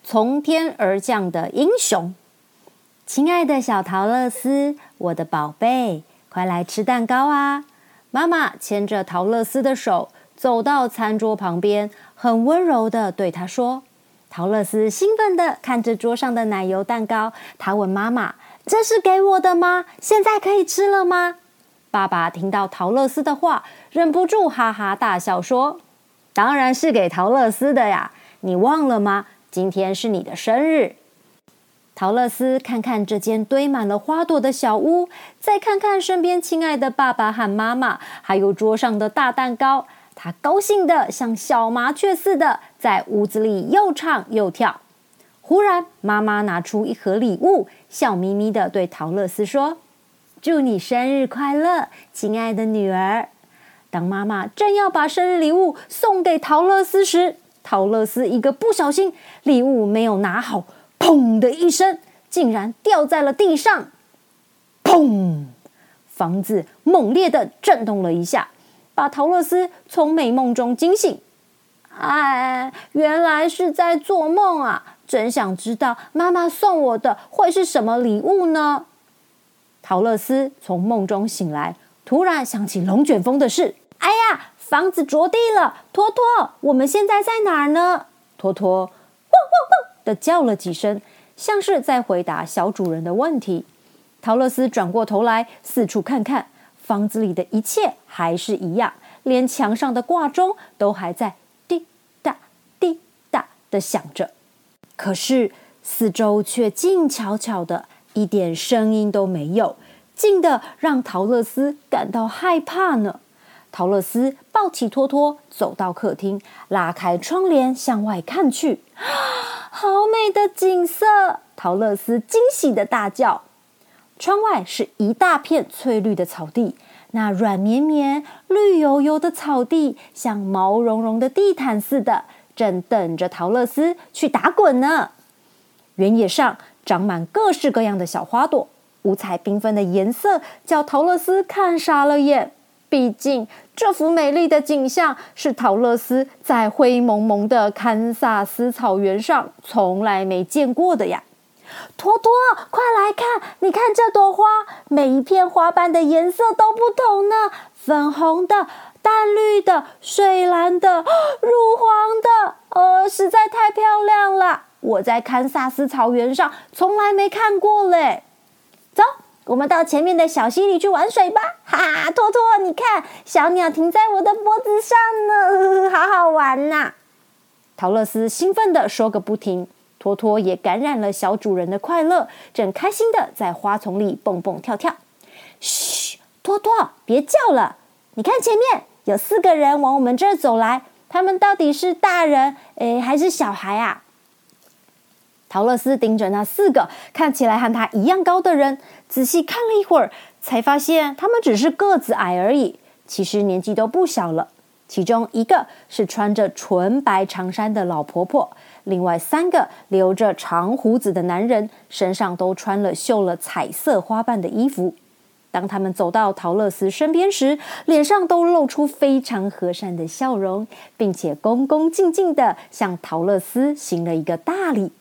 从天而降的英雄。亲爱的小桃乐丝，我的宝贝，快来吃蛋糕啊！妈妈牵着桃乐丝的手走到餐桌旁边，很温柔地对她说。桃乐丝兴奋地看着桌上的奶油蛋糕，她问妈妈：“这是给我的吗？现在可以吃了吗？”爸爸听到桃乐丝的话，忍不住哈哈大笑说：“当然是给桃乐丝的呀！你忘了吗？今天是你的生日。”桃乐丝看看这间堆满了花朵的小屋，再看看身边亲爱的爸爸和妈妈，还有桌上的大蛋糕，她高兴得像小麻雀似的，在屋子里又唱又跳。忽然，妈妈拿出一盒礼物，笑眯眯地对桃乐丝说：“祝你生日快乐，亲爱的女儿。”当妈妈正要把生日礼物送给桃乐丝时，桃乐丝一个不小心，礼物没有拿好，砰的一声，竟然掉在了地上。砰！房子猛烈地震动了一下，把桃乐丝从美梦中惊醒。哎，原来是在做梦啊！真想知道妈妈送我的会是什么礼物呢？桃乐丝从梦中醒来，突然想起龙卷风的事。哎呀，房子着地了！托托，我们现在在哪儿呢？托托汪汪汪地叫了几声，像是在回答小主人的问题。桃乐丝转过头来，四处看看，房子里的一切还是一样，连墙上的挂钟都还在滴答滴答地响着。可是四周却静悄悄的，一点声音都没有，静得让桃乐丝感到害怕呢。桃乐丝抱起托托，走到客厅，拉开窗帘向外看去，好美的景色！桃乐丝惊喜地大叫。窗外是一大片翠绿的草地，那软绵绵、绿油油的草地像毛茸茸的地毯似的，正等着桃乐丝去打滚呢。原野上长满各式各样的小花朵，五彩缤纷的颜色叫桃乐丝看傻了眼。毕竟这幅美丽的景象是桃乐丝在灰蒙蒙的堪萨斯草原上从来没见过的呀。托托，快来看，你看这朵花，每一片花瓣的颜色都不同呢，粉红的、淡绿的、水蓝的、乳黄的，实在太漂亮了。我在堪萨斯草原上从来没看过嘞。走，我们到前面的小溪里去玩水吧！哈，托托，你看，小鸟停在我的脖子上呢，好好玩呐！桃乐丝兴奋地说个不停，托托也感染了小主人的快乐，正开心地在花丛里蹦蹦跳跳。嘘，托托，别叫了！你看前面有4个人往我们这儿走来，他们到底是大人，还是小孩啊？桃乐丝盯着那4个看起来和他一样高的人，仔细看了一会儿，才发现他们只是个子矮而已，其实年纪都不小了。其中一个是穿着纯白长衫的老婆婆，另外3个留着长胡子的男人，身上都穿了绣了彩色花瓣的衣服。当他们走到桃乐丝身边时，脸上都露出非常和善的笑容，并且恭恭敬敬地向桃乐丝行了一个大礼。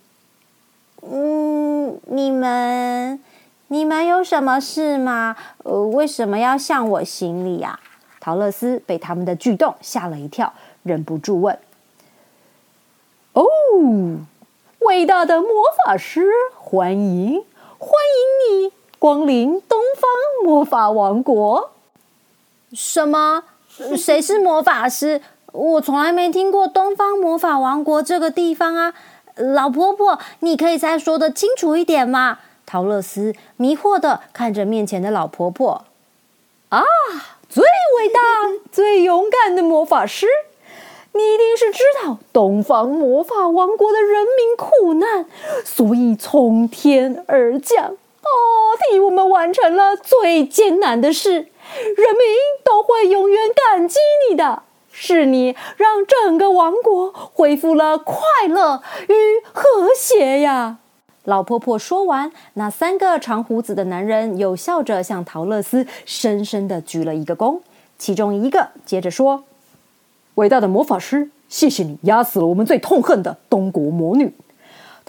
你们有什么事吗？为什么要向我行礼啊？桃乐丝被他们的举动吓了一跳，忍不住问：“哦，伟大的魔法师，欢迎你光临东方魔法王国。”什么？谁是魔法师？我从来没听过东方魔法王国这个地方啊！老婆婆，你可以再说得清楚一点吗？桃乐丝迷惑地看着面前的老婆婆。啊，最伟大、最勇敢的魔法师，你一定是知道东方魔法王国的人民苦难，所以从天而降，替我们完成了最艰难的事，人民都会永远感激你的。是你让整个王国恢复了快乐与和谐呀！老婆婆说完，那3个长胡子的男人又笑着向桃乐丝深深地鞠了一个躬。其中一个接着说：“伟大的魔法师，谢谢你压死了我们最痛恨的东国魔女。”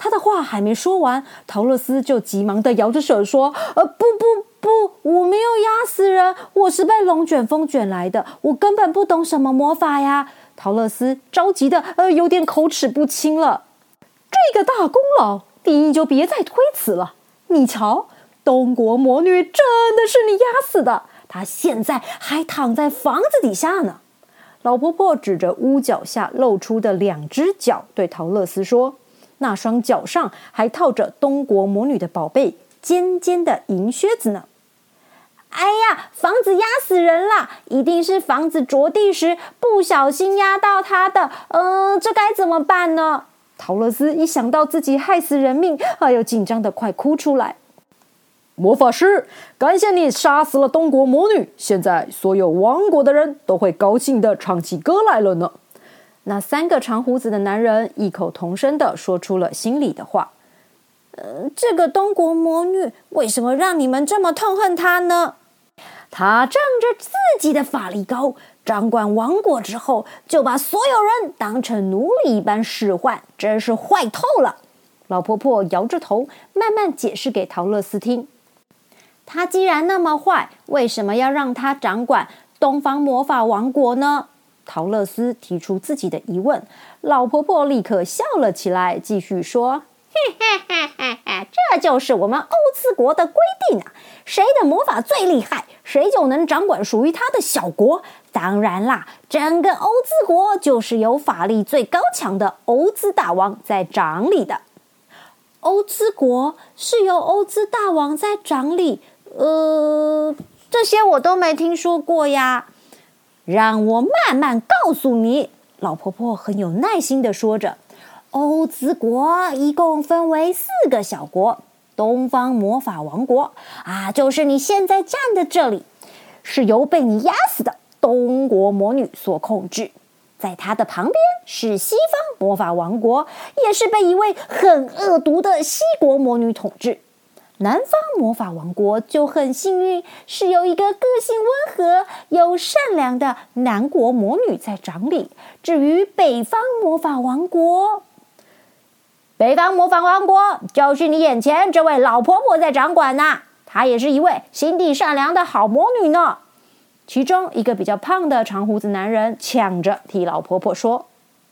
他的话还没说完，桃乐丝就急忙地摇着手说：“不，我没有压死人，我是被龙卷风卷来的，我根本不懂什么魔法呀！”桃乐丝着急的有点口齿不清了。这个大功劳，你就别再推辞了。你瞧，东国魔女真的是你压死的，她现在还躺在房子底下呢。老婆婆指着屋角下露出的2只脚，对桃乐丝说：“那双脚上还套着东国魔女的宝贝尖尖的银靴子呢。”哎呀，房子压死人啦！一定是房子着地时不小心压到她的。这该怎么办呢？桃乐丝一想到自己害死人命，紧张的快哭出来。魔法师，感谢你杀死了东国魔女，现在所有王国的人都会高兴地唱起歌来了呢。那3个长胡子的男人异口同声地说出了心里的话。这个东国魔女为什么让你们这么痛恨她呢？她仗着自己的法力高，掌管王国之后，就把所有人当成奴隶一般使唤，真是坏透了。老婆婆摇着头，慢慢解释给桃乐丝听。她既然那么坏，为什么要让她掌管东方魔法王国呢？桃乐丝提出自己的疑问，老婆婆立刻笑了起来，继续说：“这就是我们欧兹国的规定啊！谁的魔法最厉害，谁就能掌管属于他的小国。当然啦，整个欧兹国就是由法力最高强的欧兹大王在掌理的。”欧兹国是由欧兹大王在掌理？这些我都没听说过呀。让我慢慢告诉你，老婆婆很有耐心地说着。欧兹国一共分为4个小国，东方魔法王国就是你现在站的这里，是由被你压死的东国魔女所控制。在她的旁边是西方魔法王国，也是被一位很恶毒的西国魔女统治。南方魔法王国就很幸运，是由一个个性温和又善良的南国魔女在掌理。至于北方魔法王国，北方魔法王国就是你眼前这位老婆婆在掌管呐，她也是一位心地善良的好魔女呢。其中一个比较胖的长胡子男人抢着替老婆婆说：“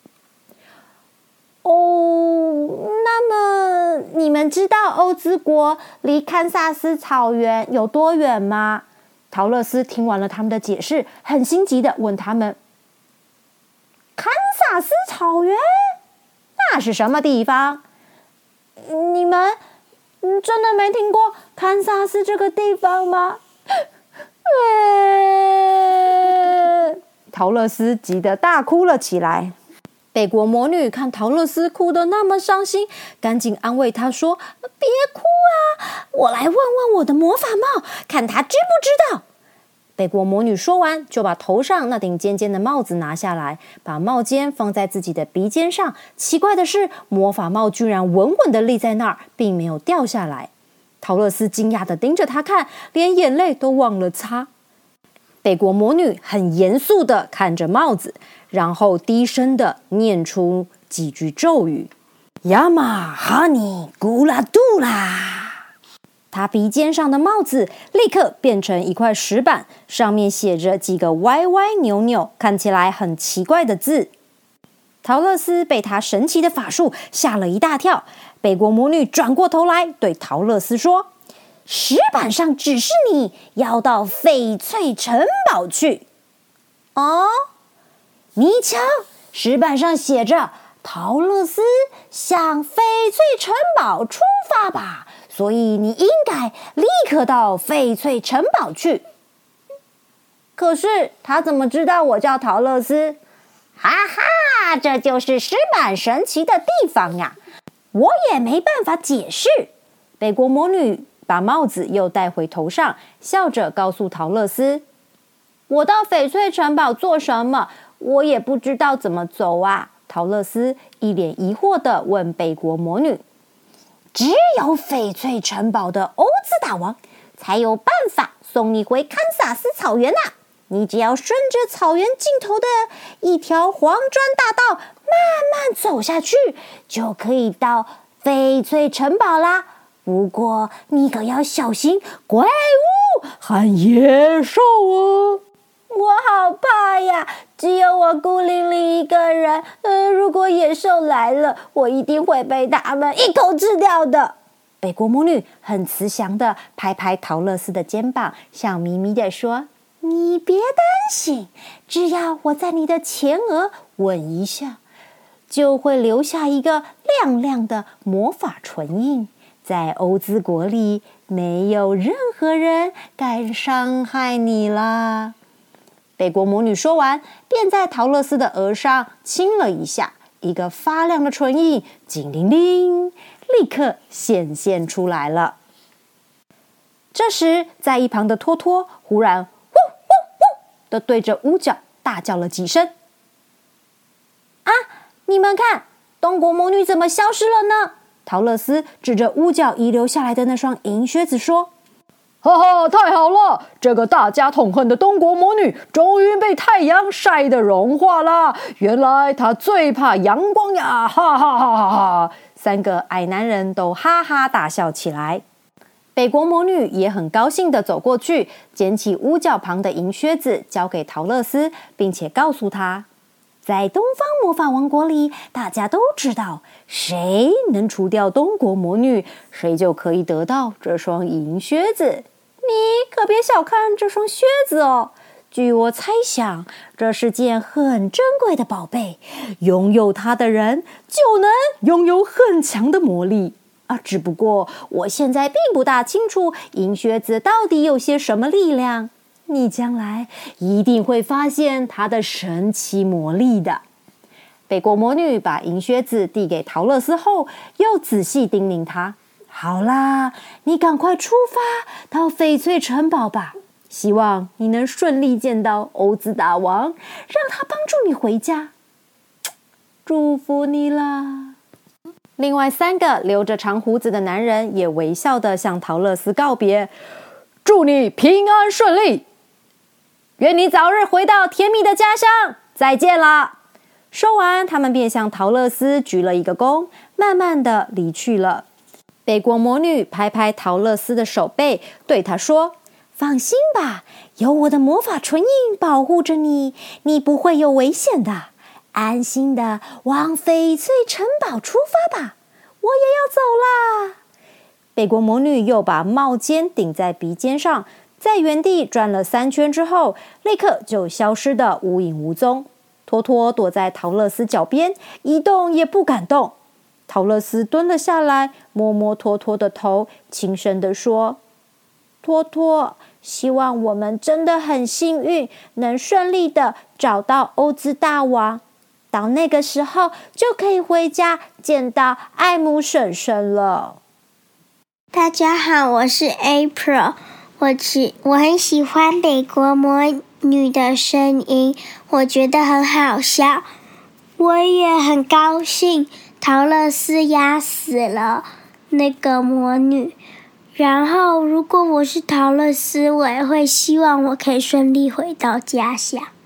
那么你们知道欧兹国离堪萨斯草原有多远吗？”桃乐丝听完了他们的解释，很心急地问他们：“堪萨斯草原？那是什么地方？你们真的没听过堪萨斯这个地方吗？”桃乐丝急得大哭了起来。北国魔女看桃乐丝哭得那么伤心，赶紧安慰她说：“别哭啊，我来问问我的魔法帽，看她知不知道。”北国魔女说完，就把头上那顶尖尖的帽子拿下来，把帽尖放在自己的鼻尖上。奇怪的是，魔法帽居然稳稳地立在那儿，并没有掉下来。桃乐丝惊讶地盯着她看，连眼泪都忘了擦。北国魔女很严肃地看着帽子，然后低声地念出几句咒语：“亚玛哈尼古拉杜拉。”她鼻尖上的帽子立刻变成一块石板，上面写着几个歪歪扭扭、看起来很奇怪的字。桃乐丝被她神奇的法术吓了一大跳。北国魔女转过头来对桃乐丝说：“石板上指示你要到翡翠城堡去。”哦，你瞧，石板上写着桃乐丝向翡翠城堡出发吧，所以你应该立刻到翡翠城堡去。可是他怎么知道我叫桃乐丝？哈哈，这就是石板神奇的地方呀！我也没办法解释。北国魔女把帽子又戴回头上，笑着告诉桃乐丝：“我到翡翠城堡做什么？我也不知道怎么走啊。”桃乐丝一脸疑惑地问北国魔女：“只有翡翠城堡的欧兹大王才有办法送你回堪萨斯草原啊！你只要顺着草原尽头的一条黄砖大道慢慢走下去，就可以到翡翡翠城堡啦。不过你可要小心怪物和野兽哦。我好怕呀，只有我孤零零一个人。如果野兽来了，我一定会被他们一口吃掉的。北国魔女很慈祥地拍拍桃乐丝的肩膀，笑眯眯地说：“你别担心，只要我在你的前额吻一下，就会留下一个亮亮的魔法唇印。在欧兹国里，没有任何人敢伤害你啦。”北国魔女说完，便在桃乐丝的额上亲了一下，一个发亮的唇印，叮铃铃，立刻显现出来了。这时，在一旁的托托忽然“呜呜呜”的对着屋角大叫了几声。啊！你们看，东国魔女怎么消失了呢？桃乐丝指着屋角遗留下来的那双银靴子说：“哈哈，太好了！这个大家痛恨的东国魔女终于被太阳晒得融化啦！原来她最怕阳光呀！哈哈哈哈哈！”三个矮男人都哈哈大笑起来。北国魔女也很高兴地走过去，捡起屋角旁的银靴子，交给桃乐丝，并且告诉她：“在东方魔法王国里，大家都知道，谁能除掉东国魔女，谁就可以得到这双银靴子。你可别小看这双靴子哦，据我猜想，这是件很珍贵的宝贝，拥有它的人就能拥有很强的魔力啊！只不过我现在并不大清楚银靴子到底有些什么力量。你将来一定会发现它的神奇魔力的。”北国魔女把银靴子递给桃乐丝后，又仔细叮咛她：“好啦，你赶快出发到翡翠城堡吧。希望你能顺利见到欧兹大王，让他帮助你回家。祝福你啦！”另外三个留着长胡子的男人也微笑地向桃乐丝告别：“祝你平安顺利，愿你早日回到甜蜜的家乡，再见啦！”说完，他们便向桃乐丝鞠了一个躬，慢慢地离去了。北国魔女拍拍桃乐丝的手背，对她说：“放心吧，有我的魔法唇印保护着你，你不会有危险的。安心的往翡翠城堡出发吧，我也要走啦。”北国魔女又把帽尖顶在鼻尖上，在原地转了3圈之后，立刻就消失得无影无踪。托托躲在桃乐丝脚边，一动也不敢动。桃乐丝蹲了下来，摸摸托托的头，轻声地说：“托托，希望我们真的很幸运，能顺利的找到欧兹大王。到那个时候，就可以回家见到艾姆婶婶了。” 大家好，我是 April， 我很喜欢北国魔女的声音，我觉得很好笑。我也很高兴桃乐丝压死了那个魔女，然后如果我是桃乐丝，我也会希望我可以顺利回到家乡。